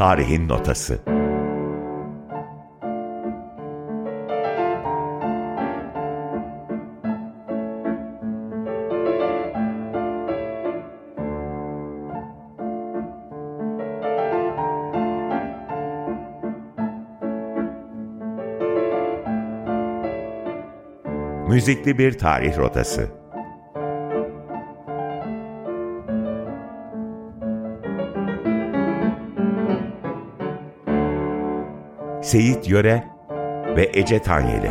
Tarihin Notası. Müzikli bir tarih rotası. Seyit Yöre ve Ece Tanyeli.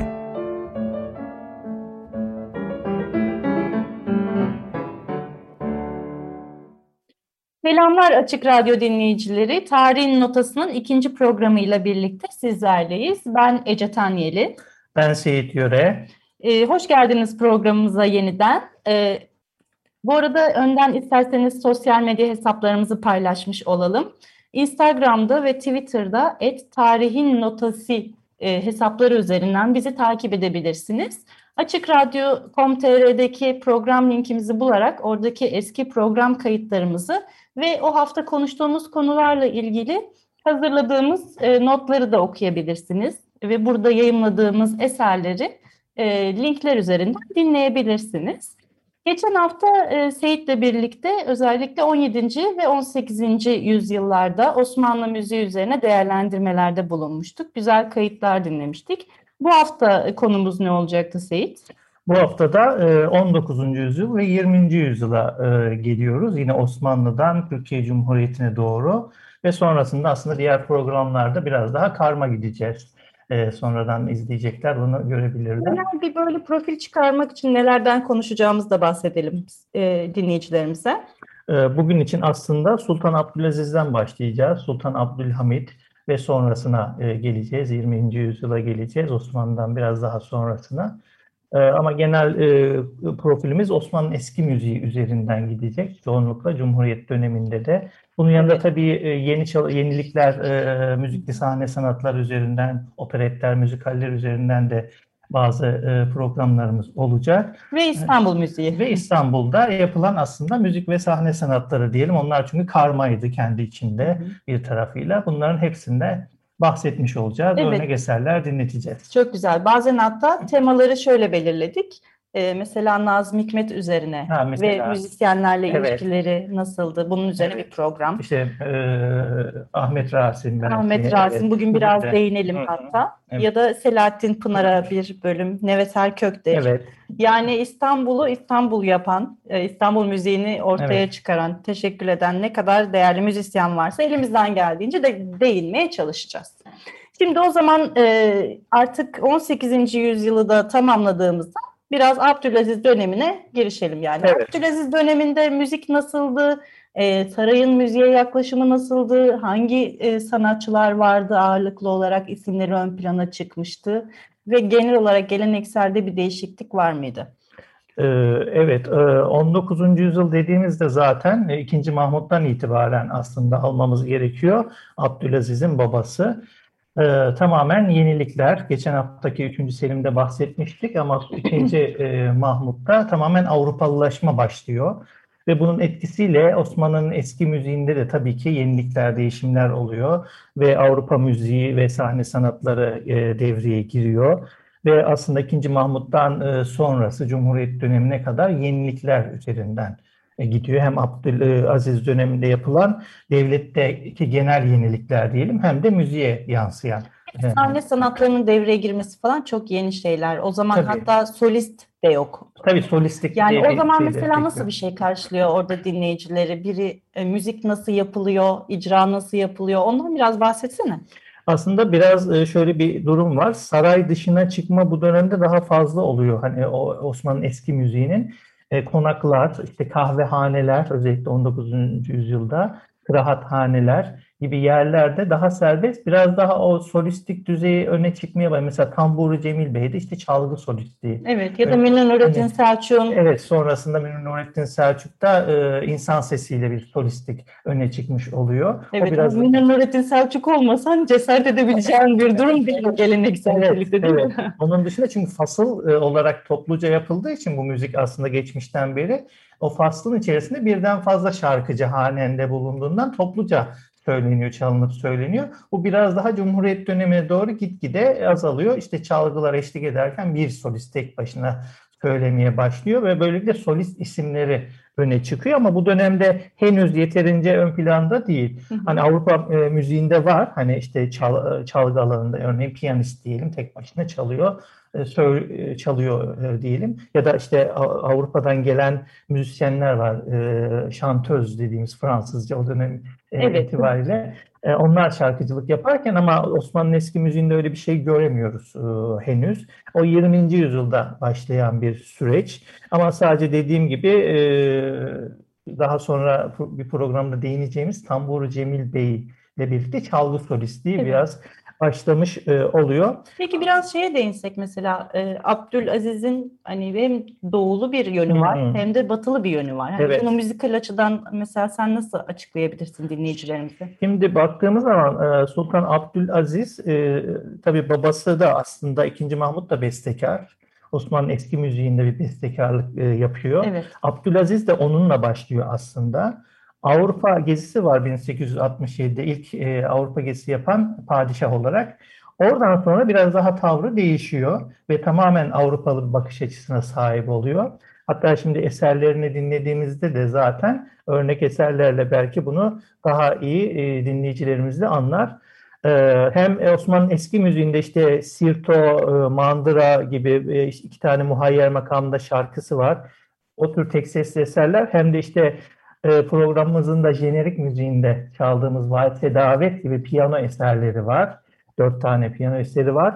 Selamlar Açık Radyo dinleyicileri. Tarihin Notası'nın ikinci programıyla birlikte sizlerleyiz. Ben Ece Tanyeli. Ben Seyit Yöre. Hoş geldiniz programımıza yeniden. Bu arada önden isterseniz sosyal medya hesaplarımızı paylaşmış olalım. Instagram'da ve Twitter'da @tarihinnotası hesapları üzerinden bizi takip edebilirsiniz. Açıkradyo.com.tr'deki program linkimizi bularak oradaki eski program kayıtlarımızı ve o hafta konuştuğumuz konularla ilgili hazırladığımız notları da okuyabilirsiniz. Ve burada yayımladığımız eserleri linkler üzerinden dinleyebilirsiniz. Geçen hafta Seyit'le birlikte özellikle 17. ve 18. yüzyıllarda Osmanlı müziği üzerine değerlendirmelerde bulunmuştuk. Güzel kayıtlar dinlemiştik. Bu hafta konumuz ne olacaktı Seyit? Bu hafta da 19. yüzyıl ve 20. yüzyıla geliyoruz. Yine Osmanlı'dan Türkiye Cumhuriyeti'ne doğru ve sonrasında aslında diğer programlarda biraz daha karma gideceğiz. Sonradan izleyecekler bunu görebilirler. Genel bir böyle profil çıkarmak için nelerden konuşacağımızı da bahsedelim dinleyicilerimize. Bugün için aslında Sultan Abdülaziz'den başlayacağız. Sultan Abdülhamit ve sonrasına geleceğiz. 20. yüzyıla geleceğiz. Osmanlı'dan biraz daha sonrasına. Ama genel profilimiz Osmanlı eski müziği üzerinden gidecek. Çoğunlukla Cumhuriyet döneminde de. Bunun yanında tabii yenilikler, müzikli sahne sanatlar üzerinden, operetler, müzikaller üzerinden de bazı programlarımız olacak. Ve İstanbul müziği. Ve İstanbul'da yapılan aslında müzik ve sahne sanatları diyelim. Onlar çünkü karmaydı kendi içinde bir tarafıyla. Bunların hepsinde bahsetmiş olacağız. Evet. Örnek eserler dinleteceğiz. Çok güzel. Bazen hatta temaları şöyle belirledik. Mesela Nazım Hikmet üzerine ve müzisyenlerle ilişkileri nasıldı? Bunun üzerine bir program. İşte Ahmet Rasim. Ahmet Rasim. Bugün biraz değinelim hatta. Evet. Ya da Selahattin Pınar'a bir bölüm. Nevet Erkök'te. Evet. Yani İstanbul'u İstanbul yapan, İstanbul müziğini ortaya çıkaran, teşekkür eden ne kadar değerli müzisyen varsa elimizden geldiğince de değinmeye çalışacağız. Şimdi o zaman artık 18. yüzyılı da tamamladığımızda biraz Abdülaziz dönemine girişelim yani. Evet. Abdülaziz döneminde müzik nasıldı? Sarayın müziğe yaklaşımı nasıldı? Hangi sanatçılar vardı ağırlıklı olarak isimleri ön plana çıkmıştı? Ve genel olarak gelenekselde bir değişiklik var mıydı? Evet, 19. yüzyıl dediğimizde zaten 2. Mahmut'tan itibaren aslında almamız gerekiyor. Abdülaziz'in babası. Tamamen yenilikler. Geçen haftaki 3. Selim'de bahsetmiştik ama 2. Mahmut'ta tamamen Avrupalılaşma başlıyor. Ve bunun etkisiyle Osmanlı'nın eski müziğinde de tabii ki yenilikler, değişimler oluyor. Ve Avrupa müziği ve sahne sanatları devreye giriyor. Ve aslında 2. Mahmut'tan sonrası Cumhuriyet dönemine kadar yenilikler üzerinden gidiyor. Hem Abdülaziz döneminde yapılan devletteki genel yenilikler diyelim hem de müziğe yansıyan. Sahne sanatlarının devreye girmesi falan çok yeni şeyler. O zaman tabii. Hatta solist de yok. Tabii solistlik. Yani o zaman mesela nasıl bir şey karşılıyor orada dinleyicileri? Biri müzik nasıl yapılıyor, icra nasıl yapılıyor? Ondan biraz bahsetsene. Aslında biraz şöyle bir durum var. Saray dışına çıkma bu dönemde daha fazla oluyor. Hani Osmanlı'nın eski müziğinin konaklar, işte kahvehaneler özellikle 19. yüzyılda kıraathaneler gibi yerlerde daha serbest, biraz daha o solistik düzeyi öne çıkmaya başlıyor. Mesela Tamburi Cemil Bey'de işte çalgı solistliği. Evet ya da Münir Nurettin Selçuk'un. Evet, sonrasında Münir Nurettin Selçuk'ta insan sesiyle bir solistlik öne çıkmış oluyor. Evet, biraz Münir Nurettin Selçuk olmasan cesaret edebileceğin bir durum değil geleneksellikte değil mi? Evet. Onun dışında çünkü fasıl olarak topluca yapıldığı için bu müzik aslında geçmişten beri o faslın içerisinde birden fazla şarkıcı hanende bulunduğundan topluca söyleniyor, çalınıp söyleniyor. Bu biraz daha Cumhuriyet dönemine doğru gitgide azalıyor. İşte çalgılar eşlik ederken bir solist tek başına söylemeye başlıyor ve böylelikle solist isimleri öne çıkıyor ama bu dönemde henüz yeterince ön planda değil. Hani Avrupa müziğinde var. Hani işte çalgı alanında örneğin piyanist diyelim tek başına çalıyor. Çalıyor diyelim. Ya da işte Avrupa'dan gelen müzisyenler var. Şantöz dediğimiz Fransızca o dönem itibariyle. Onlar şarkıcılık yaparken ama Osmanlı eski müziğinde öyle bir şey göremiyoruz henüz. O 20. yüzyılda başlayan bir süreç. Ama sadece dediğim gibi daha sonra bir programda değineceğimiz Tamburu Cemil Bey ile birlikte çalgı solistliği biraz başlamış oluyor. Peki biraz şeye değinsek mesela Abdülaziz'in hani hem doğulu bir yönü var hem de batılı bir yönü var. Hani bunu müzikal açıdan mesela sen nasıl açıklayabilirsin dinleyicilerimize? Şimdi baktığımız zaman Sultan Abdülaziz tabii babası da aslında 2. Mahmut da bestekar. Osmanlı eski müziğinde bir bestekarlık yapıyor. Evet. Abdülaziz de onunla başlıyor aslında. Avrupa gezisi var 1867'de ilk Avrupa gezisi yapan padişah olarak. Oradan sonra biraz daha tavrı değişiyor ve tamamen Avrupalı bir bakış açısına sahip oluyor. Hatta şimdi eserlerini dinlediğimizde de zaten örnek eserlerle belki bunu daha iyi dinleyicilerimiz de anlar. Hem Osmanlı eski müziğinde işte Sirto, Mandıra gibi işte 2 tane muhayyer makamda şarkısı var. O tür tek sesli eserler hem de işte programımızın da jenerik müziğinde çaldığımız Vaat ve Davet gibi piyano eserleri var. 4 tane piyano eseri var.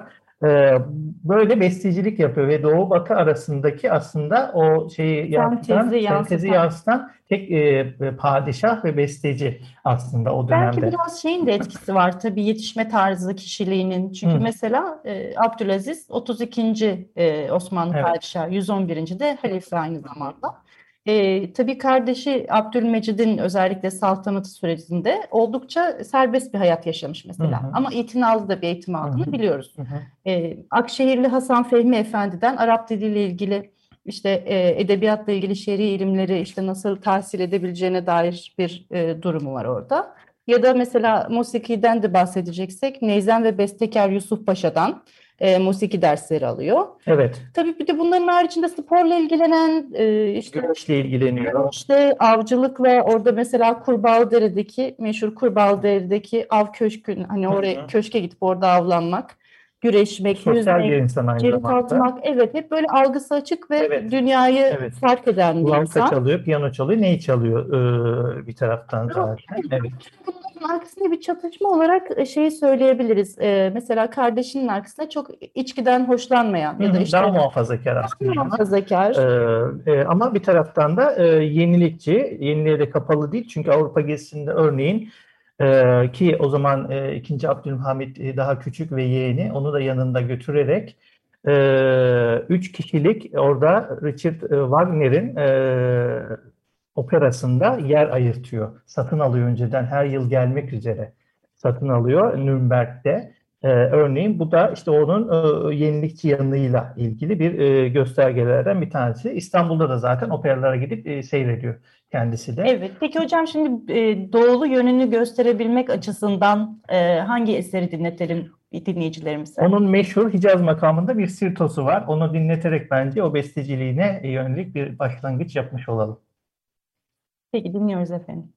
Böyle bestecilik yapıyor ve Doğu Batı arasındaki aslında o şeyi sentezi yansıtan tek padişah ve besteci aslında o dönemde. Belki biraz şeyin de etkisi var tabii yetişme tarzı kişiliğinin. Çünkü mesela Abdülaziz 32. Osmanlı padişahı, 111. de halife aynı zamanda. Tabii kardeşi Abdülmecid'in özellikle saltanatı sürecinde oldukça serbest bir hayat yaşamış mesela. Ama itinalı da bir eğitim aldığını biliyoruz. Akşehirli Hasan Fehmi Efendi'den Arap diliyle ilgili işte edebiyatla ilgili şer'i ilimleri işte nasıl tahsil edebileceğine dair bir durumu var orada. Ya da mesela musikiden de bahsedeceksek Neyzen ve bestekar Yusuf Paşa'dan musiki dersleri alıyor. Evet. Tabii bir de bunların haricinde sporla ilgilenen işte güreşle ilgileniyor. İşte avcılıkla orada mesela Kurbağalıdere'deki meşhur Kurbağalıdere'deki av köşkün hani oraya köşke gidip orada avlanmak, güreşmek, sosyal bir insan aynı zamanda. Evet, hep böyle algısı açık ve dünyayı fark eden bir Lavka insan. çalıyor, piyano çalıyor, neyi çalıyor bir taraftan zaten. Evet. Bunların arkasında bir çatışma olarak şeyi söyleyebiliriz. Mesela kardeşinin arkasında çok içkiden hoşlanmayan ya da işte daha muhafazakar aslında. Muhafazakar. Ama bir taraftan da yenilikçi, yeniliğe de kapalı değil. Çünkü Avrupa gezisinde örneğin ki o zaman 2. Abdülhamit daha küçük ve yeğeni onu da yanında götürerek 3 kişilik orada Richard Wagner'in operasında yer ayırtıyor. Satın alıyor önceden her yıl gelmek üzere satın alıyor Nürnberg'de. Örneğin bu da işte onun yenilikçi yanıyla ilgili bir göstergelerden bir tanesi. İstanbul'da da zaten operalara gidip seyrediyor kendisi de. Evet. Peki hocam şimdi doğulu yönünü gösterebilmek açısından hangi eseri dinletelim dinleyicilerimize? Onun meşhur Hicaz makamında bir sirtosu var. Onu dinleterek bence o besteciliğine yönelik bir başlangıç yapmış olalım. Peki dinliyoruz efendim.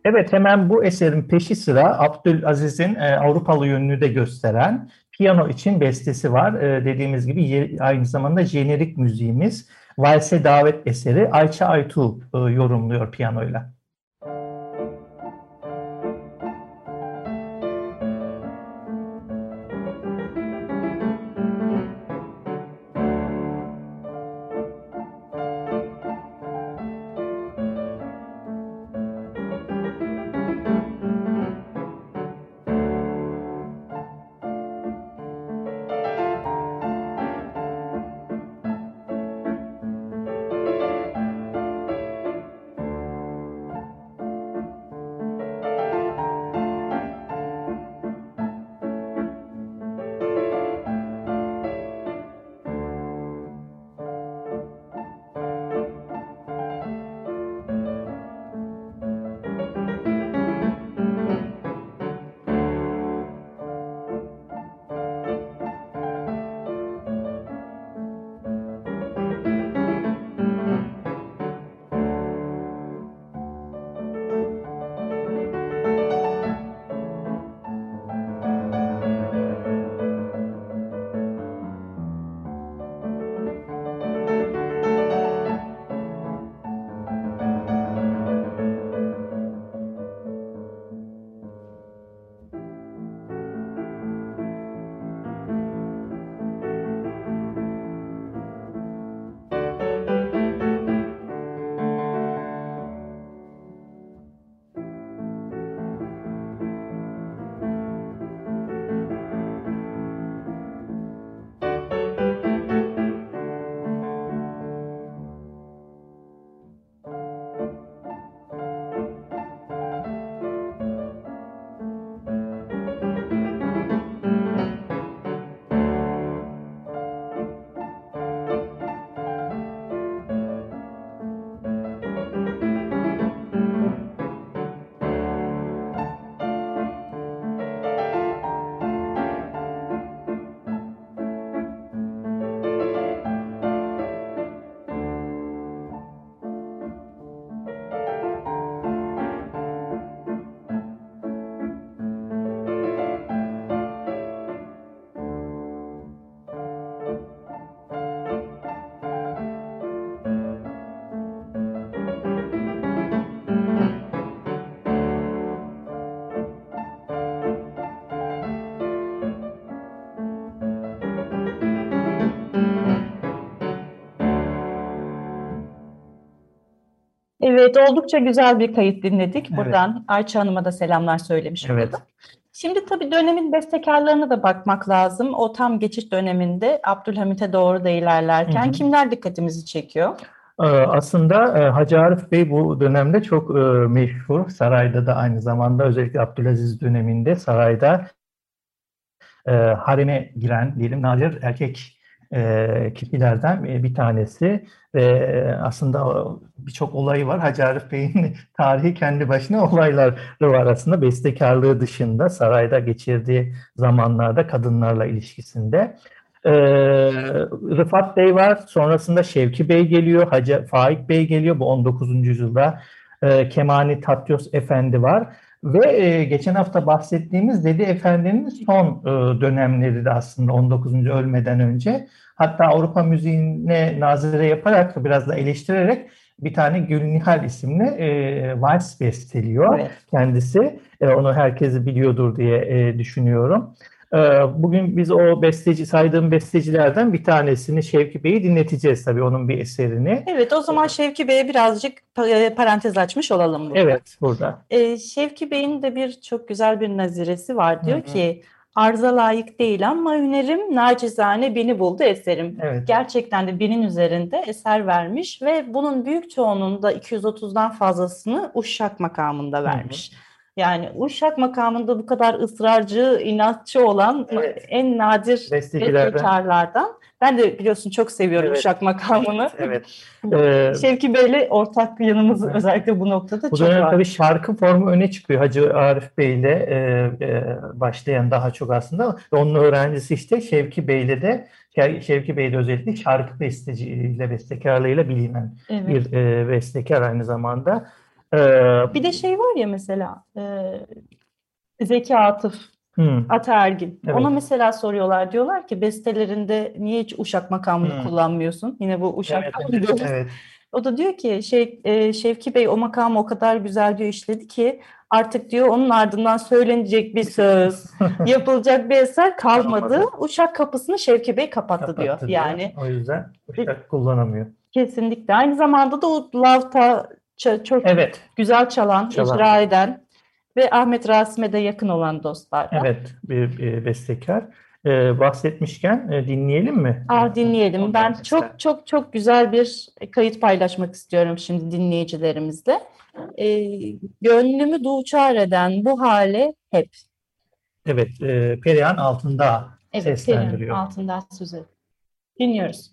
Evet, hemen bu eserin peşi sıra Abdülaziz'in Avrupalı yönünü de gösteren piyano için bestesi var. Dediğimiz gibi aynı zamanda jenerik müziğimiz. Valse Davet eseri Ayça Aytu yorumluyor piyanoyla. Evet, oldukça güzel bir kayıt dinledik. Buradan Ayça Hanım'a da selamlar söylemiş oldum. Şimdi tabii dönemin bestekarlarına da bakmak lazım. O tam geçiş döneminde Abdülhamit'e doğru da ilerlerken kimler dikkatimizi çekiyor? Aslında Hacı Arif Bey bu dönemde çok meşhur. Sarayda da aynı zamanda özellikle Abdülaziz döneminde sarayda hareme giren diyelim nadir erkek kişilerden bir tanesi ve aslında birçok olayı var. Hacı Arif Bey'in tarihi kendi başına olayları var aslında bestekarlığı dışında sarayda geçirdiği zamanlarda kadınlarla ilişkisinde. Rıfat Bey var, sonrasında Şevki Bey geliyor, Hacı Faik Bey geliyor bu 19. yüzyılda. Kemani Tatyos Efendi var. Ve geçen hafta bahsettiğimiz Dede Efendi'nin son dönemleri de aslında 19. ölmeden önce. Hatta Avrupa müziğine nazire yaparak biraz da eleştirerek bir tane Gülnihal isimli vals besteliyor kendisi. Onu herkes biliyordur diye düşünüyorum. Bugün biz o saydığım bestecilerden bir tanesini Şevki Bey'i dinleteceğiz tabii onun bir eserini. Evet, o zaman Şevki Bey'e birazcık parantez açmış olalım burada. Evet, burada. Şevki Bey'in de çok güzel bir naziresi var. Diyor ki arza layık değil ama hünerim nacizane beni buldu eserim. Evet. Gerçekten de binin üzerinde eser vermiş ve bunun büyük çoğunun da 230'dan fazlasını Uşak makamında vermiş. Yani Uşak makamında bu kadar ısrarcı, inatçı olan en nadir bestekarlardan. Ben de biliyorsun çok seviyorum Uşak makamını. Şevki Bey'le ortak yanımız özellikle bu noktada bu çok dönem var. Tabii şarkı formu öne çıkıyor. Hacı Arif Bey'le başlayan daha çok aslında. Onun öğrencisi işte Şevki Bey'le de Şevki Bey'de özellikle şarkı bestekarlığıyla bilinen bir bestekar aynı zamanda. Bir de şey var ya mesela Zeki Atıf, Ataergin. Evet. Ona mesela soruyorlar. Diyorlar ki bestelerinde niye hiç uşak makamını kullanmıyorsun? Yine bu uşak diyoruz. Evet. O da diyor ki Şevki Bey o makamı o kadar güzel diyor işledi ki artık diyor onun ardından söylenecek bir söz, yapılacak bir eser kalmadı. Uşak kapısını Şevki Bey kapattı diyor. Yani o yüzden uşak kullanamıyor. Kesinlikle. Aynı zamanda da o lavta çok güzel çalan, icra eden ve Ahmet Rasim'e de yakın olan dostlardan. Evet, bir bestekar. Bahsetmişken dinleyelim mi? Dinleyelim. Ben çok güzel bir kayıt paylaşmak istiyorum şimdi dinleyicilerimizle. Gönlümü duçar eden bu hale hep. Evet, Perihan Altındağ seslendiriyor. Perihan Altındağ sözü. Dinliyoruz.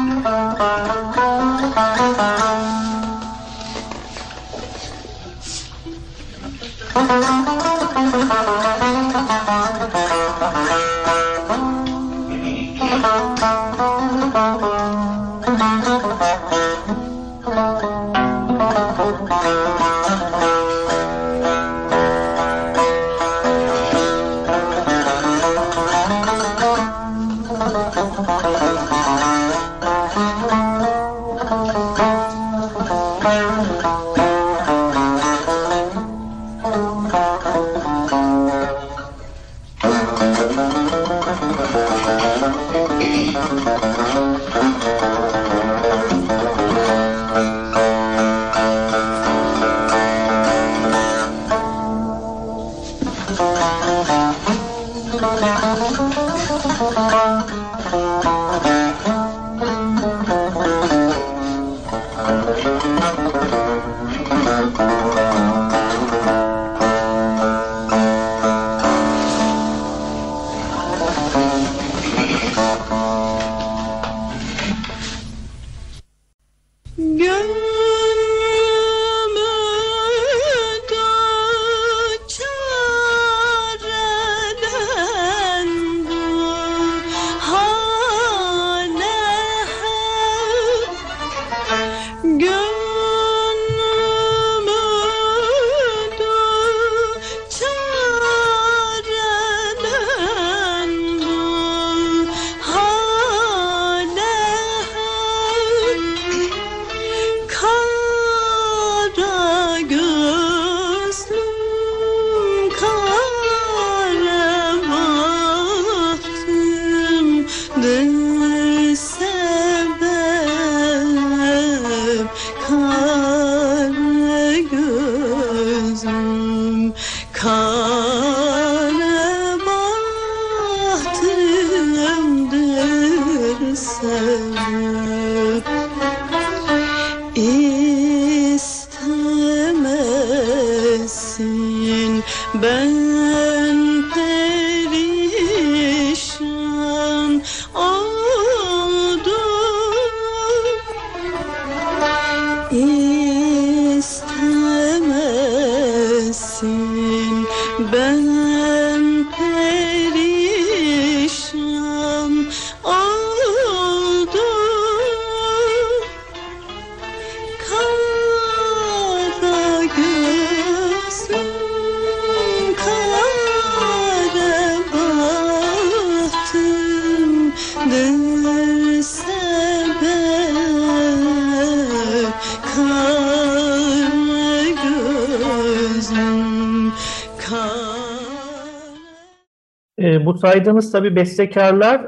Bu saydığımız tabii bestekarlar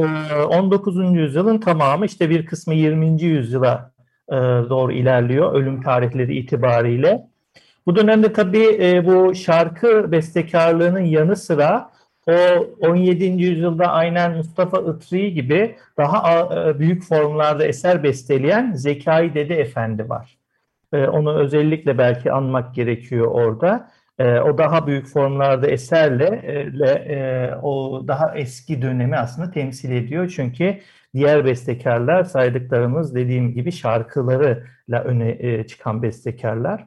19. yüzyılın tamamı, işte bir kısmı 20. yüzyıla doğru ilerliyor ölüm tarihleri itibariyle. Bu dönemde tabii bu şarkı bestekarlığının yanı sıra o 17. yüzyılda aynen Mustafa Itri gibi daha büyük formlarda eser besteleyen Zekai Dede Efendi var. Onu özellikle belki anmak gerekiyor orada. O daha büyük formlarda eserle o daha eski dönemi aslında temsil ediyor. Çünkü diğer bestekarlar saydıklarımız dediğim gibi şarkılarıyla öne çıkan bestekarlar.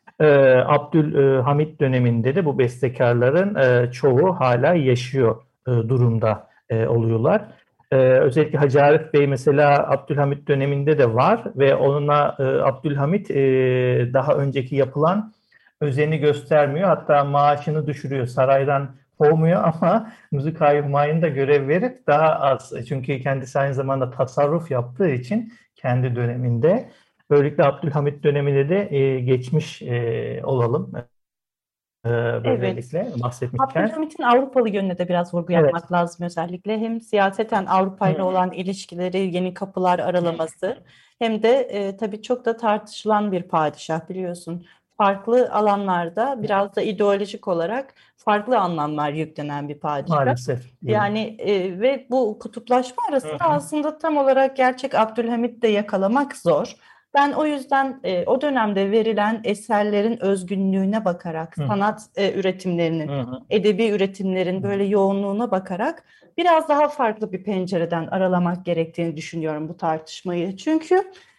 Abdülhamit döneminde de bu bestekarların çoğu hala yaşıyor durumda oluyorlar. Özellikle Hacı Arif Bey mesela Abdülhamit döneminde de var ve onunla Abdülhamit daha önceki yapılan özeni göstermiyor. Hatta maaşını düşürüyor, saraydan kovmuyor ama Müzik-i Humayun'da görev verip daha az. Çünkü kendisi aynı zamanda tasarruf yaptığı için kendi döneminde. Böylelikle Abdülhamit döneminde de geçmiş olalım. Evet. Böylelikle bahsetmişken. Abdülhamit'in Avrupalı yönüne de biraz vurgu Evet. yapmak lazım özellikle. Hem siyaseten Avrupa ile olan ilişkileri, yeni kapılar aralaması hem de tabii çok da tartışılan bir padişah biliyorsun. Farklı alanlarda biraz da ideolojik olarak farklı anlamlar yüklenen bir padişah. Maalesef. Yani ve bu kutuplaşma arasında aslında tam olarak gerçek Abdülhamit'i de yakalamak zor. Ben o yüzden o dönemde verilen eserlerin özgünlüğüne bakarak, sanat üretimlerinin, edebi üretimlerin böyle yoğunluğuna bakarak biraz daha farklı bir pencereden aralamak gerektiğini düşünüyorum bu tartışmayı. Çünkü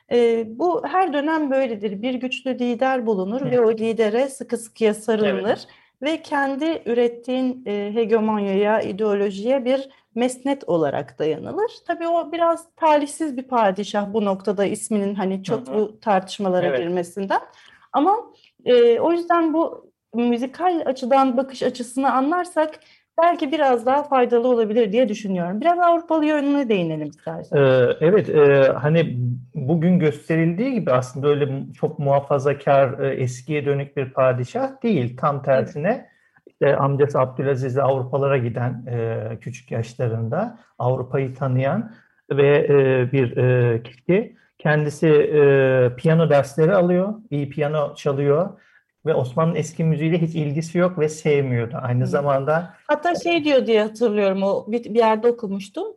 bu her dönem böyledir. Bir güçlü lider bulunur ve o lidere sıkı sıkıya sarılır ve kendi ürettiğin hegemonyaya, ideolojiye bir mesnet olarak dayanılır. Tabii o biraz talihsiz bir padişah bu noktada isminin hani çok bu tartışmalara girmesinden. Ama o yüzden bu müzikal açıdan bakış açısını anlarsak belki biraz daha faydalı olabilir diye düşünüyorum. Biraz Avrupalı yönüne değinelim istersen. Evet, hani bugün gösterildiği gibi aslında öyle çok muhafazakar, eskiye dönük bir padişah değil. Tam tersine işte amcası Abdülaziz'le Avrupalara giden küçük yaşlarında Avrupa'yı tanıyan ve bir kişi. Kendisi piyano dersleri alıyor, iyi piyano çalıyor ve Osmanlı'nın eski müziğiyle hiç ilgisi yok ve sevmiyordu. Aynı zamanda hatta şey diyor diye hatırlıyorum, o bir yerde okumuştum.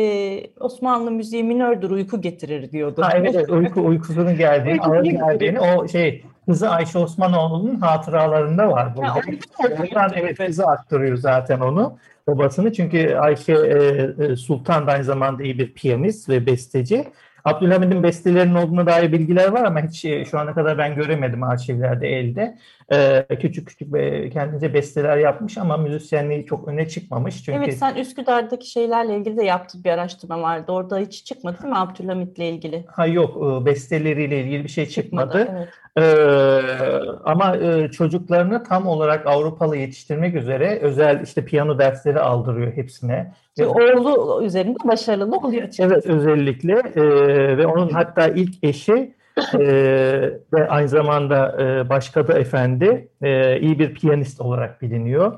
Osmanlı müziği minördür, uyku getirir diyordu. Evet, uykusunun geldiğini, ağır geldiğini o kızı Ayşe Osmanoğlu'nun hatıralarında var burada. Oradan kızı aktarıyor zaten onu, babasını. Çünkü Ayşe Sultan da aynı zamanda iyi bir piyanist ve besteci. Abdülhamid'in bestelerinin olduğuna dair bilgiler var ama hiç şu ana kadar ben göremedim arşivlerde elde. Küçük küçük kendince besteler yapmış ama müzisyenliği çok öne çıkmamış. Çünkü Evet, sen Üsküdar'daki şeylerle ilgili de yaptığın bir araştırma vardı. Orada hiç çıkmadı değil mi Abdülhamit'le ilgili? Yok, besteleriyle ilgili bir şey çıkmadı. Evet. Ama çocuklarını tam olarak Avrupalı yetiştirmek üzere özel işte piyano dersleri aldırıyor hepsine. Oğlu üzerinde başarılı oluyor. Evet, özellikle ve onun hatta ilk eşi ve aynı zamanda Başkadı Efendi iyi bir piyanist olarak biliniyor.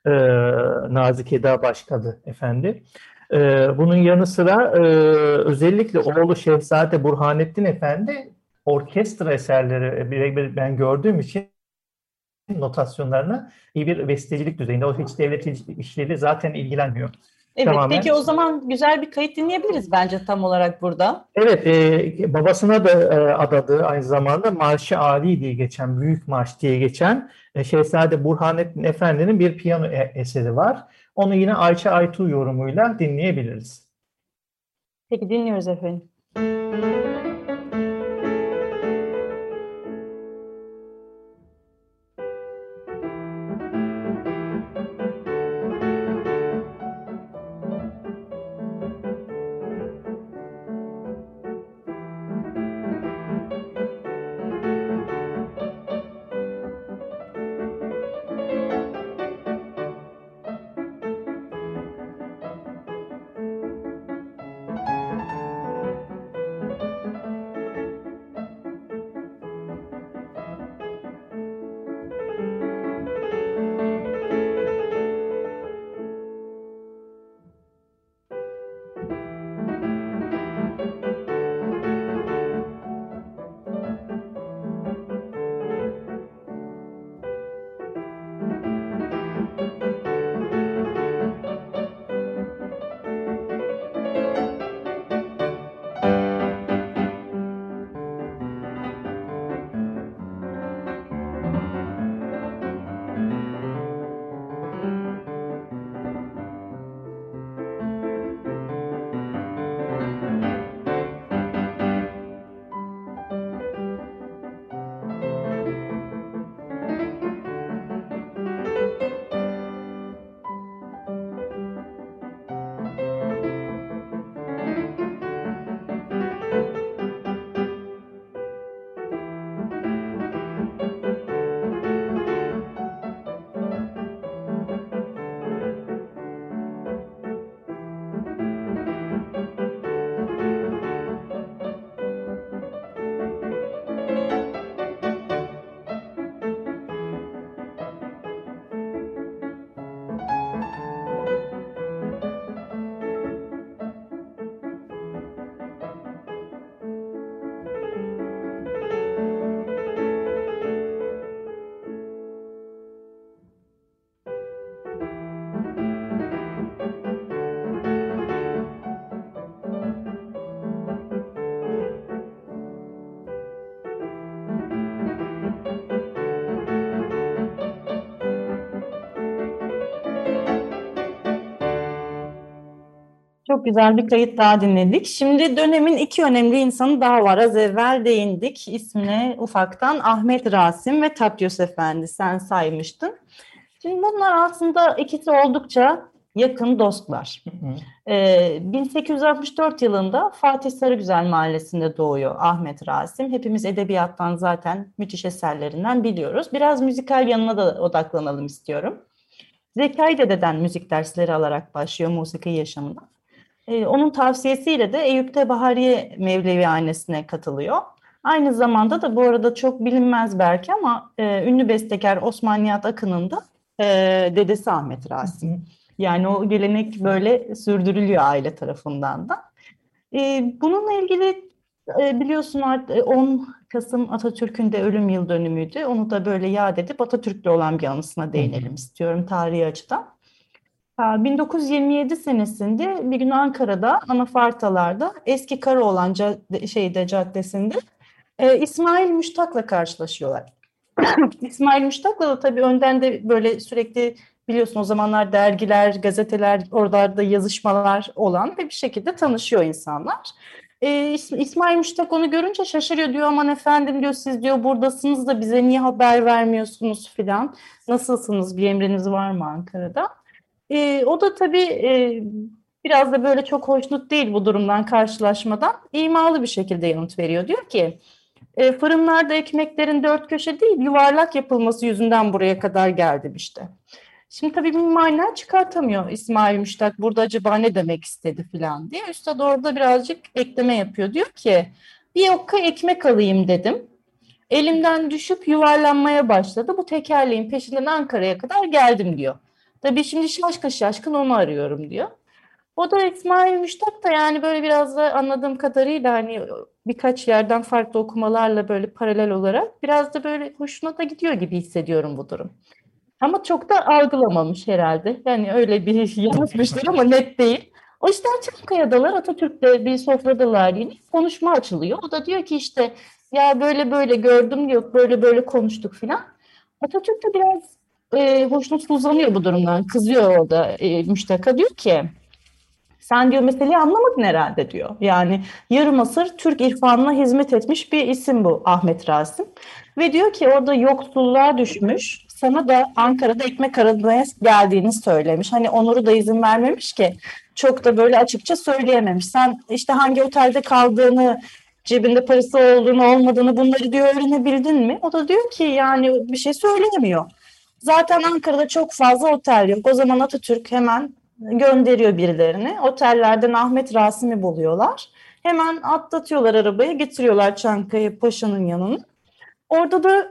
Nazik Eda Başkadı Efendi. Bunun yanı sıra özellikle oğlu Şehzade Burhanettin Efendi orkestra eserleri birebir ben gördüğüm için notasyonlarına iyi bir bestecilik düzeyinde. O hiç devlet işleriyle zaten ilgilenmiyor. Evet, Tamamen. peki o zaman güzel bir kayıt dinleyebiliriz bence tam olarak burada. Evet, babasına da adadığı aynı zamanda Marş-ı Ali diye geçen, Büyük Marş diye geçen Şehzade Burhanettin Efendi'nin bir piyano eseri var. Onu yine Ayça Aytu yorumuyla dinleyebiliriz. Peki dinliyoruz efendim. Çok güzel bir kayıt daha dinledik. Şimdi dönemin iki önemli insanı daha var. Az evvel değindik. İsmine ufaktan Ahmet Rasim ve Tatyos Efendi sen saymıştın. Şimdi bunlar aslında ikisi oldukça yakın dostlar. 1864 yılında Fatih Sarıgüzel Mahallesi'nde doğuyor Ahmet Rasim. Hepimiz edebiyattan zaten müthiş eserlerinden biliyoruz. Biraz müzikal yanına da odaklanalım istiyorum. Zekai Dede'den müzik dersleri alarak başlıyor musiki yaşamına. Onun tavsiyesiyle de Eyüp'te Bahariye Mevlevihanesi'ne katılıyor. Aynı zamanda da bu arada çok bilinmez belki ama ünlü bestekar Osman Nihat Akın'ın da dedesi Ahmet Rasim. Yani o gelenek böyle sürdürülüyor aile tarafından da. Bununla ilgili biliyorsun 10 Kasım Atatürk'ün de ölüm yıl dönümüydü. Onu da böyle yad edip Atatürk'le olan bir anısına değinelim istiyorum tarihi açıdan. 1927 senesinde bir gün Ankara'da Anafartalar'da eski Karaoğlan Caddesi'nde İsmail Müştak'la karşılaşıyorlar. İsmail Müştak'la da tabii önden de böyle sürekli biliyorsun o zamanlar dergiler, gazeteler, oralarda yazışmalar olan ve bir şekilde tanışıyor insanlar. İsmail Müştak onu görünce şaşırıyor, diyor aman efendim diyor, siz diyor buradasınız da bize niye haber vermiyorsunuz filan. Nasılsınız, bir emriniz var mı Ankara'da? O da tabii biraz da böyle çok hoşnut değil bu durumdan, karşılaşmadan. İmalı bir şekilde yanıt veriyor. Diyor ki fırınlarda ekmeklerin dört köşe değil yuvarlak yapılması yüzünden buraya kadar geldim işte. Şimdi tabii bir mana çıkartamıyor İsmail Müştak. Burada acaba ne demek istedi falan diye. Üstad orada birazcık ekleme yapıyor. Diyor ki bir yokka ekmek alayım dedim. Elimden düşüp yuvarlanmaya başladı. Bu tekerleğin peşinden Ankara'ya kadar geldim diyor. Tabii şimdi şaşkın onu arıyorum diyor. O da İsmail Müştak da yani böyle biraz da anladığım kadarıyla hani birkaç yerden farklı okumalarla böyle paralel olarak biraz da böyle hoşuna da gidiyor gibi hissediyorum bu durum. Ama çok da algılamamış herhalde. Yani öyle bir yazmıştır ama net değil. O yüzden Çankaya'dalar, Atatürk'le bir sofradalar yine. Konuşma açılıyor. O da diyor ki işte ya böyle böyle gördüm diyor, böyle böyle konuştuk filan. Atatürk de biraz hoşnutsuzlanıyor bu durumdan. Kızıyor orada Müştak'a, diyor ki sen diyor meseleyi anlamadın herhalde diyor. Yani yarım asır Türk irfanına hizmet etmiş bir isim bu Ahmet Rasim. Ve diyor ki orada yoksulluğa düşmüş, sana da Ankara'da ekmek aramaya geldiğini söylemiş. Hani Onur'u da izin vermemiş ki, çok da böyle açıkça söyleyememiş. Sen işte hangi otelde kaldığını, cebinde parası olduğunu olmadığını, bunları diyor öğrenebildin mi? O da diyor ki yani bir şey söyleyemiyor. Zaten Ankara'da çok fazla otel yok. O zaman Atatürk hemen gönderiyor birilerini. Otellerden Ahmet Rasim'i buluyorlar. Hemen atlatıyorlar arabaya, getiriyorlar Çankaya Paşa'nın yanına. Orada da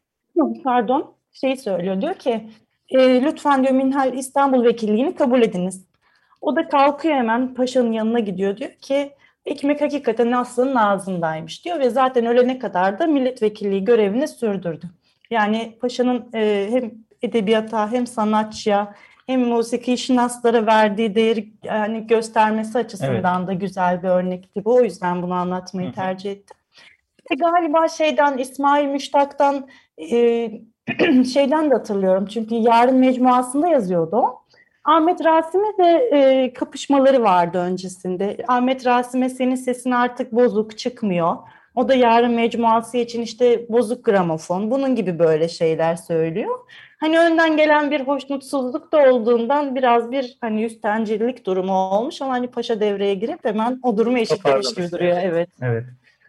söylüyor, diyor ki lütfen diyor Minhal İstanbul Vekilliğini kabul ediniz. O da kalkıyor, hemen Paşa'nın yanına gidiyor, diyor ki ekmek hakikaten Aslı'nın ağzındaymış diyor ve zaten ölene kadar da milletvekilliği görevini sürdürdü. Yani Paşa'nın hem edebiyata hem sanatçıya hem musiki şinaslara verdiği değeri yani göstermesi açısından da güzel bir örnekti bu. O yüzden bunu anlatmayı tercih ettim. Galiba İsmail Müştak'tan şeyden de hatırlıyorum. Çünkü Yarın Mecmuası'nda yazıyordu o. Ahmet Rasim'e de kapışmaları vardı öncesinde. Ahmet Rasim'e senin sesin artık bozuk çıkmıyor. O da Yarın Mecmuası için işte bozuk gramofon, bunun gibi böyle şeyler söylüyor. Hani önden gelen bir hoşnutsuzluk da olduğundan biraz bir hani üsttencilik durumu olmuş ama hani Paşa devreye girip hemen o durumu eşitlemiş gibi duruyor. Evet. Evet.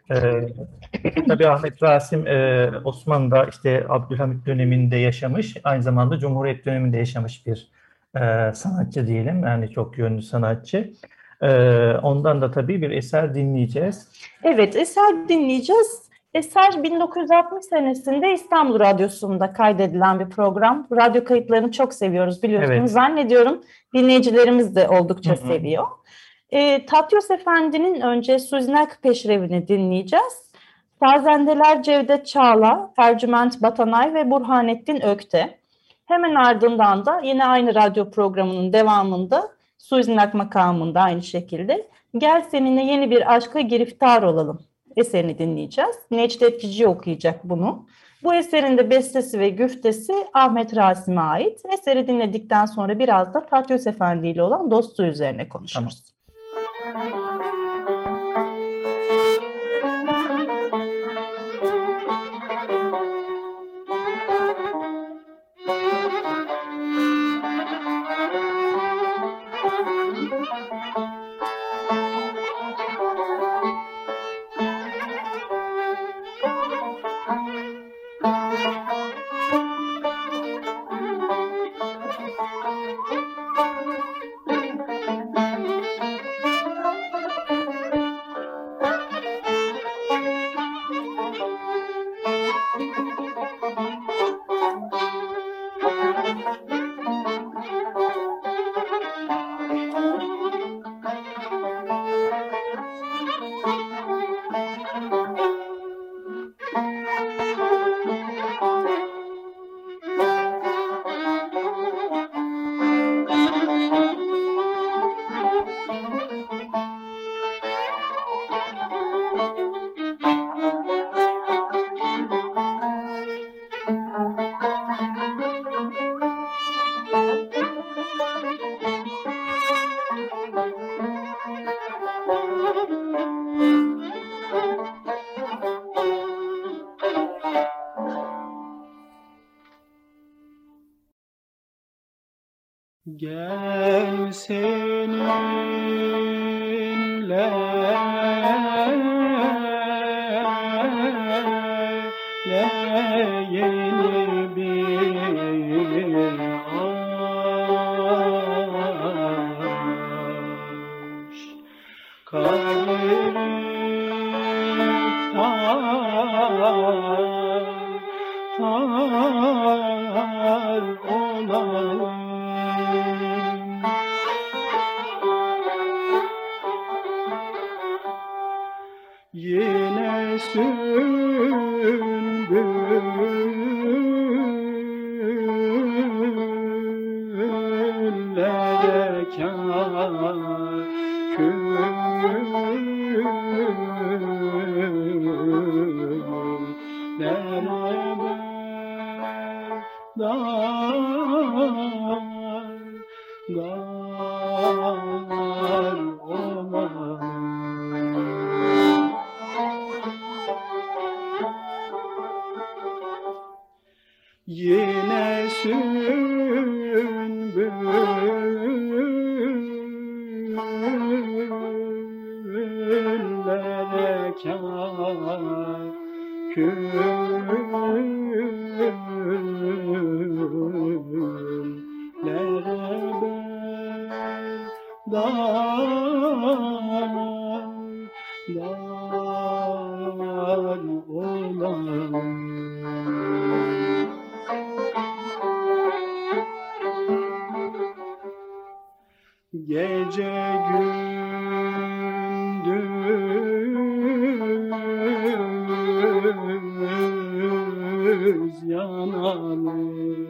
Tabii Ahmet Rasim Osmanlı'da işte Abdülhamit döneminde yaşamış, aynı zamanda Cumhuriyet döneminde yaşamış bir sanatçı diyelim, yani çok yönlü sanatçı. Ondan da tabii bir eser dinleyeceğiz. Evet, eser dinleyeceğiz. Eser 1960 senesinde İstanbul Radyosu'nda kaydedilen bir program. Radyo kayıtlarını çok seviyoruz biliyorsunuz. Evet. Zannediyorum dinleyicilerimiz de oldukça seviyor. Tatyos Efendi'nin önce Suzinak Peşrevi'ni dinleyeceğiz. Sazendeler Cevdet Çağla, Ercüment Batanay ve Burhanettin Ökte. Hemen ardından da yine aynı radyo programının devamında Suzinak makamında aynı şekilde Gel Seninle Yeni Bir Aşka Giriftar Olalım eserini dinleyeceğiz. Necdet Cici okuyacak bunu. Bu eserin de bestesi ve güftesi Ahmet Rasim'e ait. Eseri dinledikten sonra biraz da Tatyos Efendi ile olan dostluğu üzerine konuşuruz. Tamam. Gel seninle yeni bir aşk tar olalım. Yine sümbüllere dar olalım. Yine sümbüllere dar olalım. Gece gündüz yanalım,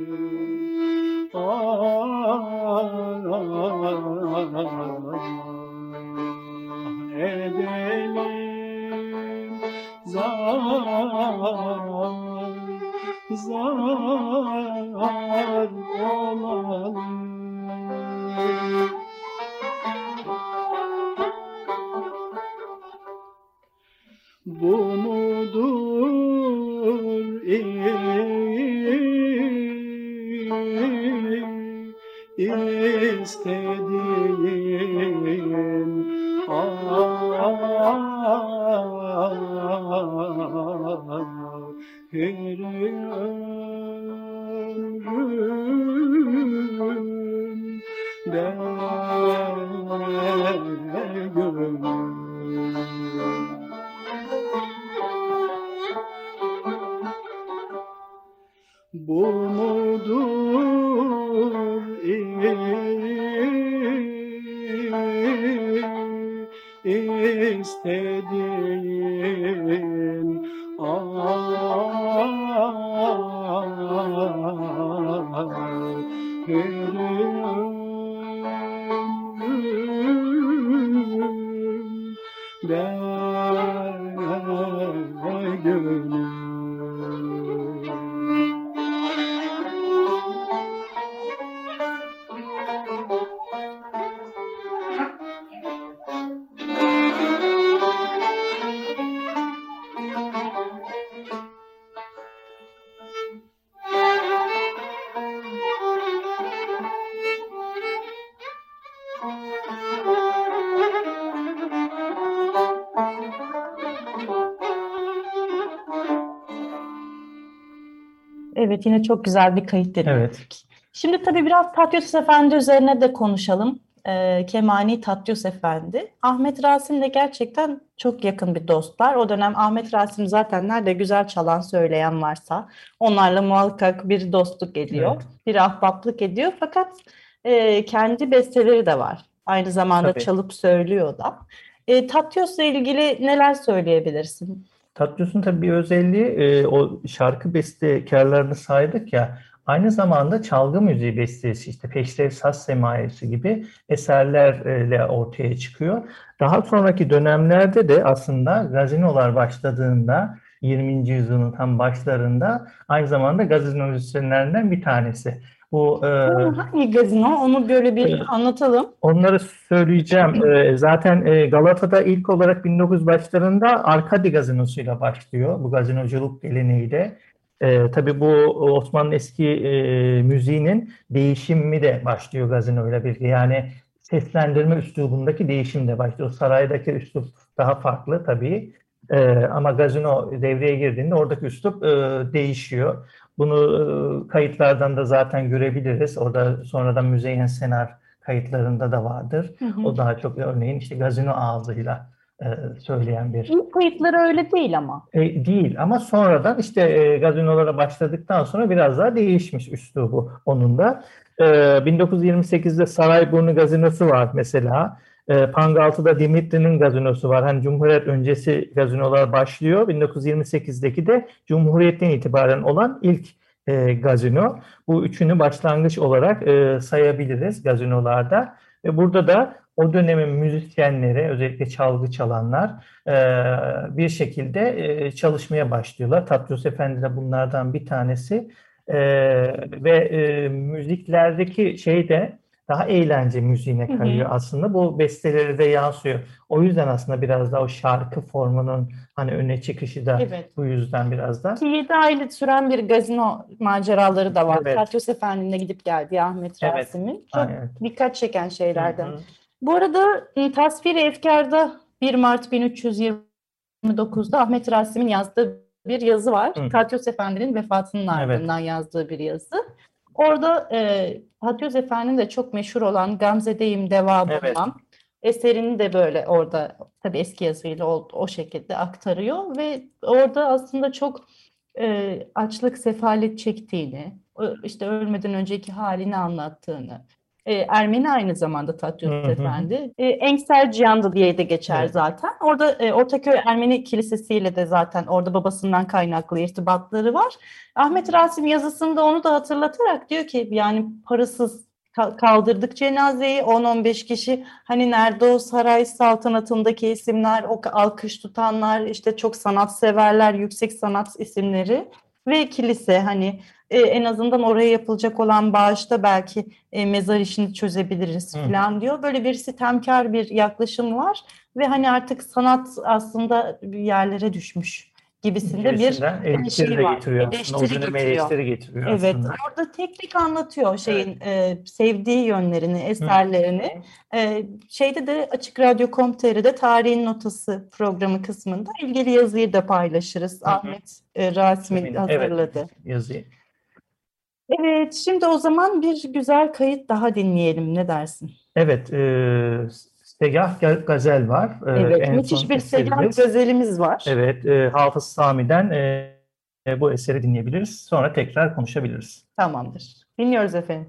edelim zar olalım. Bu mudur istediğin ahir ömrümde gönlüm. Bu mudur istediğin ömrümde gönlüm. Evet, yine çok güzel bir kayıt dinledik. Evet. Şimdi tabii biraz Tatyos Efendi üzerine de konuşalım. Kemani Tatyos Efendi. Ahmet Rasim'le gerçekten çok yakın bir dostlar. O dönem Ahmet Rasim zaten nerede güzel çalan söyleyen varsa onlarla muhakkak bir dostluk ediyor. Evet. Bir ahbaplık ediyor. Fakat kendi besteleri de var. Aynı zamanda Tabii. çalıp söylüyor da. Tatyos'la ilgili neler söyleyebilirsin? Tatyos'un tabii bir özelliği o şarkı bestekarlarını saydık ya, aynı zamanda çalgı müziği bestesi, işte Peşrev Saz Semayesi gibi eserlerle ortaya çıkıyor. Daha sonraki dönemlerde de aslında gazinolar başladığında 20. yüzyılın tam başlarında aynı zamanda gazino müzisyenlerinden bir tanesi. Bu Hangi gazino? Onu böyle bir anlatalım. onları söyleyeceğim. Zaten Galata'da ilk olarak 1900 başlarında Arkadi gazinosuyla başlıyor. Bu gazinoculuk geleneğiyle. Tabii bu Osmanlı eski müziğinin değişimi de başlıyor gazinoyla birlikte. Yani seslendirme üslubundaki değişim de başlıyor. Saraydaki üslup daha farklı tabii. Ama gazino devreye girdiğinde oradaki üslup değişiyor. Bunu kayıtlardan da zaten görebiliriz. Orada sonradan Müzeyyen Senar kayıtlarında da vardır. Hı hı. O daha çok örneğin işte gazino ağzıyla söyleyen bir. İlk kayıtları öyle değil ama. Değil ama sonradan işte gazinolara başladıktan sonra biraz daha değişmiş üslubu onun da. 1928'de Sarayburnu gazinosu var mesela. Pangaltı'da Dimitri'nin gazinosu var. Hani Cumhuriyet öncesi gazinolar başlıyor. 1928'deki de Cumhuriyet'ten itibaren olan ilk gazino. Bu üçünü başlangıç olarak sayabiliriz gazinolarda. Ve burada da o dönemin müzisyenleri, özellikle çalgı çalanlar bir şekilde çalışmaya başlıyorlar. Tatyos Efendi de bunlardan bir tanesi. Ve müziklerdeki şey de daha eğlence müziğine kayıyor aslında. Bu besteleri de yansıyor. O yüzden aslında biraz da o şarkı formunun hani öne çıkışı da bu yüzden biraz da. Ki 7 aylık süren bir gazino maceraları da var. Evet. Tatyos Efendi'ne gidip geldi Ahmet Rasim'in. Çok Aynen. dikkat çeken şeylerden. Bu arada Tasvir-i Efkar'da 1 Mart 1329'da Ahmet Rasim'in yazdığı bir yazı var. Tatyos Efendi'nin vefatının ardından yazdığı bir yazı. Orada Tatyos Efendi'nin de çok meşhur olan Gamze'deyim deva bulmam eserini de böyle orada tabii eski yazıyla o şekilde aktarıyor ve orada aslında çok açlık, sefalet çektiğini, işte ölmeden önceki halini anlattığını, Ermeni aynı zamanda Tatyos Efendi. Enksel Cihan'da diye de geçer zaten. Orada Ortaköy Ermeni Kilisesi'yle de zaten orada babasından kaynaklı irtibatları var. Ahmet Rasim yazısında onu da hatırlatarak diyor ki yani parasız kaldırdık cenazeyi 10-15 kişi, hani nerede o saray saltanatındaki isimler, o alkış tutanlar, işte çok sanatseverler, yüksek sanat isimleri ve kilise, hani en azından oraya yapılacak olan bağışta belki mezar işini çözebiliriz falan diyor. Böyle bir sitemkar bir yaklaşım var ve hani artık sanat aslında bir yerlere düşmüş gibisinde bir şey var. Eleştiri getiriyor aslında. Orada tek tek anlatıyor şeyin sevdiği yönlerini, eserlerini. Şeyde de Açık Radyo.com.tr'de Tarihin Notası programı kısmında ilgili yazıyı da paylaşırız. Ahmet Rasim'in hazırladı. Yazıyı. Evet, şimdi o zaman bir güzel kayıt daha dinleyelim. Ne dersin? Evet, Segah Gazel var. Evet, müthiş bir Segah Gazelimiz var. Evet, Hafız Sami'den bu eseri dinleyebiliriz. Sonra tekrar konuşabiliriz. Tamamdır. Dinliyoruz efendim.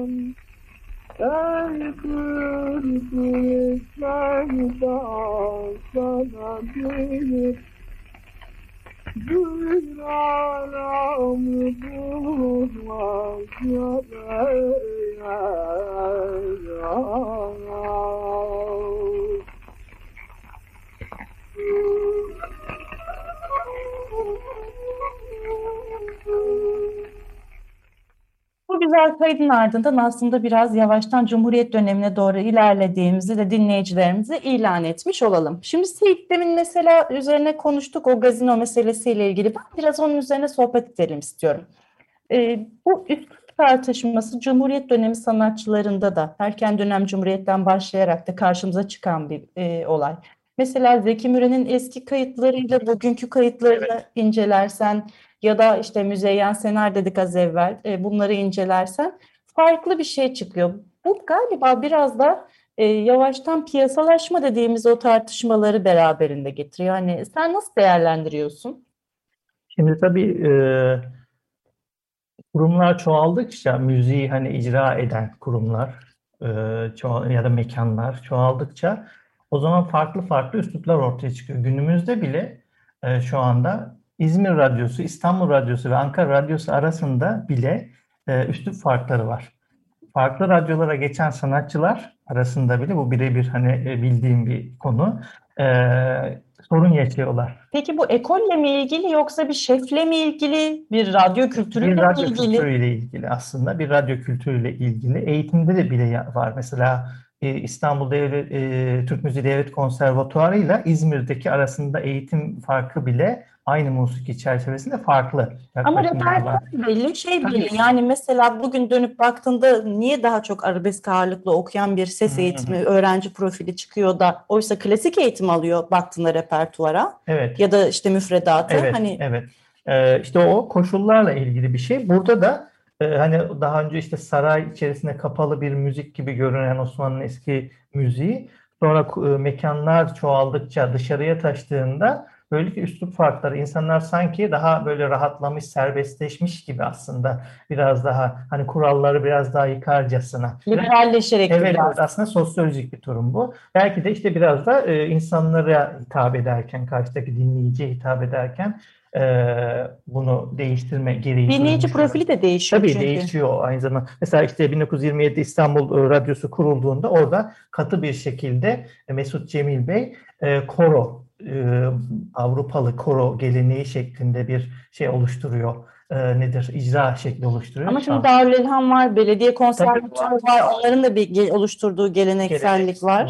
Ey bülbül sevdan sana bir gül aramı bulmaz Bu güzel kaydın ardından aslında biraz yavaştan Cumhuriyet dönemine doğru ilerlediğimizi de dinleyicilerimize ilan etmiş olalım. Şimdi Seyit demin mesela üzerine konuştuk, o gazino meselesiyle ilgili. Ben biraz onun üzerine sohbet edelim istiyorum. Bu üslup tartışması Cumhuriyet dönemi sanatçılarında da erken dönem Cumhuriyet'ten başlayarak da karşımıza çıkan bir olay. Mesela Zeki Müren'in eski kayıtlarıyla bugünkü kayıtlarını incelersen ya da işte Müzeyyen Senar dedik az evvel, bunları incelersen farklı bir şey çıkıyor. Bu galiba biraz da yavaştan piyasalaşma dediğimiz o tartışmaları beraberinde getiriyor. Hani sen nasıl değerlendiriyorsun? Şimdi tabii kurumlar çoğaldıkça müziği hani icra eden kurumlar ya da mekanlar çoğaldıkça o zaman farklı farklı üsluplar ortaya çıkıyor. Günümüzde bile şu anda İzmir Radyosu, İstanbul Radyosu ve Ankara Radyosu arasında bile üslup farkları var. Farklı radyolara geçen sanatçılar arasında bile bu birebir hani bildiğim bir konu. Sorun yaşıyorlar. Peki bu ekolle mi ilgili yoksa bir şefle mi ilgili, bir radyo kültürüyle Bir mi radyo ilgili? kültürüyle ilgili aslında, bir radyo kültürüyle ilgili. Eğitimde de bile var. Mesela İstanbul Türk Müziği Devlet Konservatuarı ile İzmir'deki arasında eğitim farkı bile aynı musiki çerçevesinde farklı. Ama Yaklaşımlar var. repertuar belli, şey Tabii. belli. Yani mesela bugün dönüp baktığında niye daha çok arabesk ağırlıklı okuyan bir ses eğitimi öğrenci profili çıkıyor da oysa klasik eğitim alıyor baktığında repertuara Evet. ya da işte müfredata. Evet, Hani evet. İşte o koşullarla ilgili bir şey. Burada da hani daha önce işte saray içerisinde kapalı bir müzik gibi görünen Osmanlı'nın eski müziği sonra mekanlar çoğaldıkça dışarıya taştığında böylelikle üslup farkları insanlar sanki daha böyle rahatlamış, serbestleşmiş gibi aslında biraz daha hani kuralları biraz daha yıkarcasına. liberalleşerek Evet, biraz. evet, aslında sosyolojik bir durum bu. Belki de işte biraz da insanlara hitap ederken, karşıdaki dinleyiciye hitap ederken bunu değiştirme gereği Dinleyici duymuşlar. profili de değişiyor Tabii çünkü. değişiyor aynı zamanda. Mesela işte 1927 İstanbul Radyosu kurulduğunda orada katı bir şekilde Mesut Cemil Bey koro, Avrupalı koro geleneği şeklinde bir şey oluşturuyor. Nedir? İcra şekli oluşturuyor. Ama şimdi Darülelham var, belediye konservatuarı var. Onların da bir oluşturduğu geleneksellik var.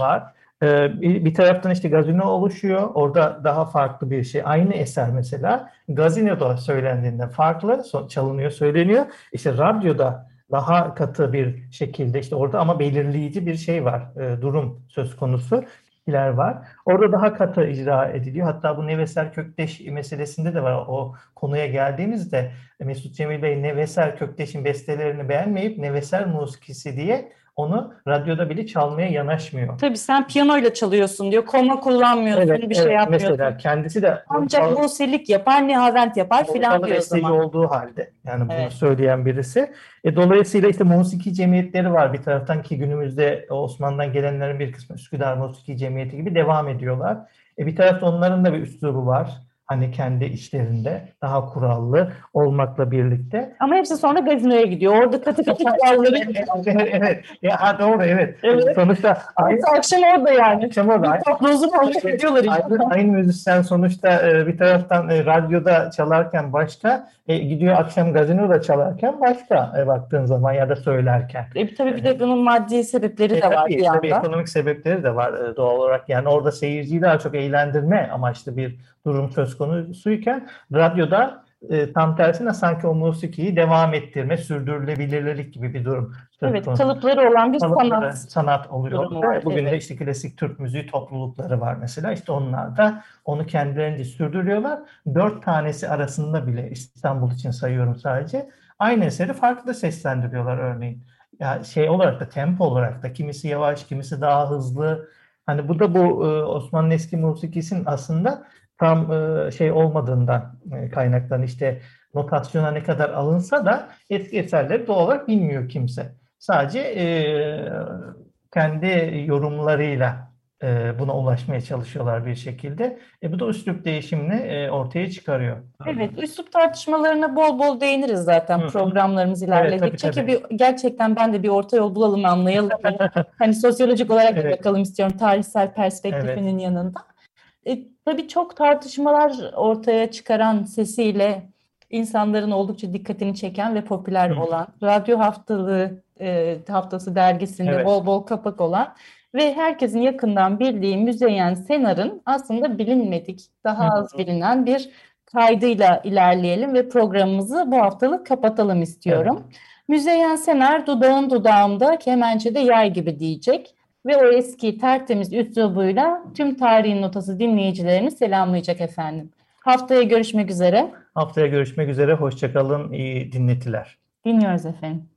Bir taraftan işte gazino oluşuyor. Orada daha farklı bir şey. Aynı eser mesela gazinoda söylendiğinde farklı çalınıyor, söyleniyor. İşte radyoda daha katı bir şekilde işte orada ama belirleyici bir şey var. Durum söz konusu. Kişiler var. Orada daha katı icra ediliyor. Hatta bu Neveser Kökteş meselesinde de var. O konuya geldiğimizde Mesut Cemil Bey Neveser Kökteş'in bestelerini beğenmeyip Neveser musikisi diye onu radyoda bile çalmaya yanaşmıyor. Tabii sen piyanoyla çalıyorsun diyor. Koma kullanmıyorsun, bir şey yapmıyorsun. Mesela kendisi de ancak Muselik yapar, Nihavent yapar filan diyor o besteci zaman. olduğu halde yani bunu Evet. söyleyen birisi. Dolayısıyla işte musiki cemiyetleri var bir taraftan ki günümüzde Osmanlı'dan gelenlerin bir kısmı Üsküdar Musiki Cemiyeti gibi devam ediyorlar. Bir tarafta onların da bir üslubu var. Hani kendi işlerinde daha kurallı olmakla birlikte. Ama hepsi sonra gazinoya gidiyor. Orada katı kuralları. Evet. Ya doğru evet. Evet. Sonuçta Akşam orada yani. akşam orada. Toplozun orada gidiyorlar işte. Aynı müzisyen sonuçta bir taraftan radyoda çalarken başka, gidiyor akşam gazinoda çalarken başka baktığın zaman ya da söylerken. Tabii bir de bunun maddi sebepleri de var bir yandan. Tabii ekonomik sebepleri de var doğal olarak. Yani orada seyirciyi daha çok eğlendirme amaçlı bir durum söz konusuyken radyoda tam tersine sanki o musikiyi devam ettirme, sürdürülebilirlik gibi bir durum söz Evet, konusu. kalıpları olan bir Sanat oluyor. durumu var, Bugün de evet. işte klasik Türk müziği toplulukları var mesela. İşte onlar da onu kendilerince sürdürüyorlar. 4 tanesi arasında bile İstanbul için sayıyorum sadece. Aynı eseri farklı seslendiriyorlar örneğin. Ya şey olarak da tempo olarak da kimisi yavaş, kimisi daha hızlı. Hani bu da bu Osmanlı eski musikisinin aslında tam şey olmadığından kaynaklanan işte notasyona ne kadar alınsa da eski eserleri doğal olarak bilmiyor kimse. Sadece kendi yorumlarıyla buna ulaşmaya çalışıyorlar bir şekilde. Bu da üslup değişimini ortaya çıkarıyor. Evet, üslup tartışmalarına bol bol değiniriz zaten programlarımız ilerledikçe ki gerçekten ben de bir orta yol bulalım, anlayalım. Hani sosyolojik olarak da bakalım istiyorum tarihsel perspektifinin yanında. Tabii çok tartışmalar ortaya çıkaran sesiyle insanların oldukça dikkatini çeken ve popüler olan, radyo haftası dergisinde bol bol kapak olan ve herkesin yakından bildiği Müzeyyen Senar'ın aslında bilinmedik, daha az bilinen bir kaydıyla ilerleyelim ve programımızı bu haftalık kapatalım istiyorum. Evet. Müzeyyen Senar dudağın dudağımda, kemençede yay gibi diyecek ve o eski tertemiz üslubuyla tüm Tarihin Notası dinleyicilerini selamlayacak efendim. Haftaya görüşmek üzere. Haftaya görüşmek üzere. Hoşça kalın. İyi dinletiler. Dinliyoruz efendim.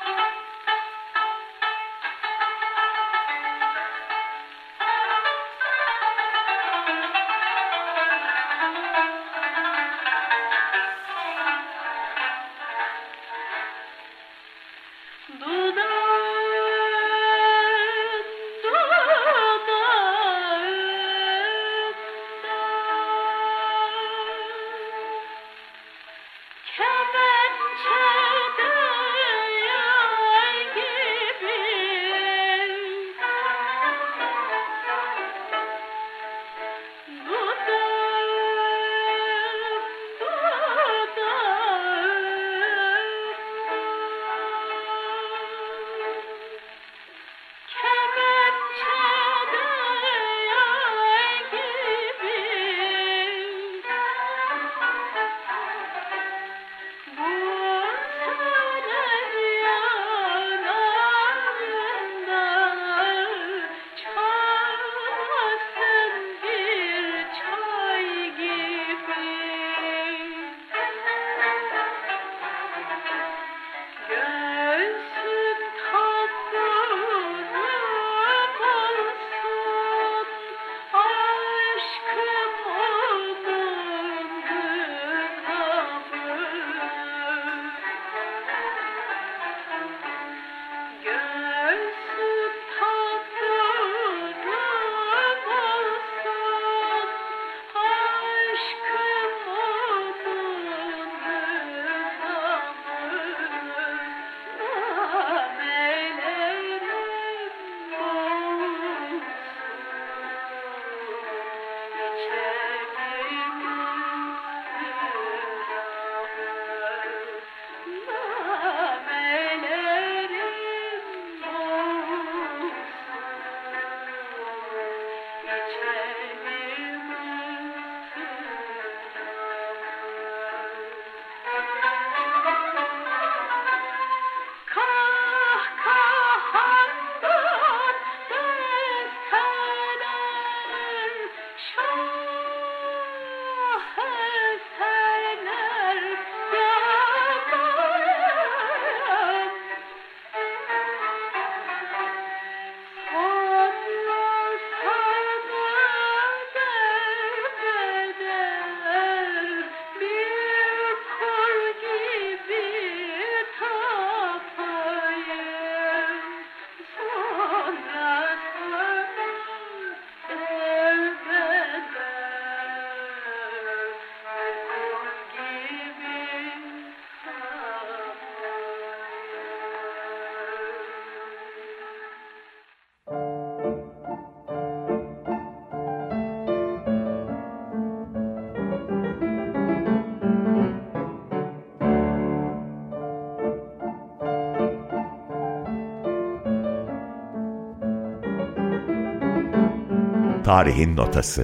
Tarihin Notası.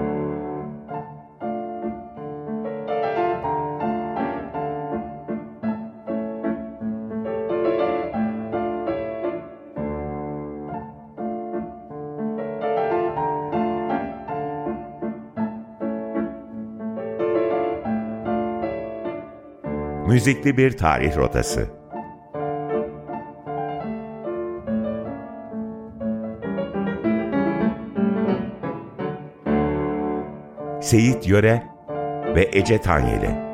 Müzikli bir tarih rotası. Seyit Yöre ve Ece Tanyeli.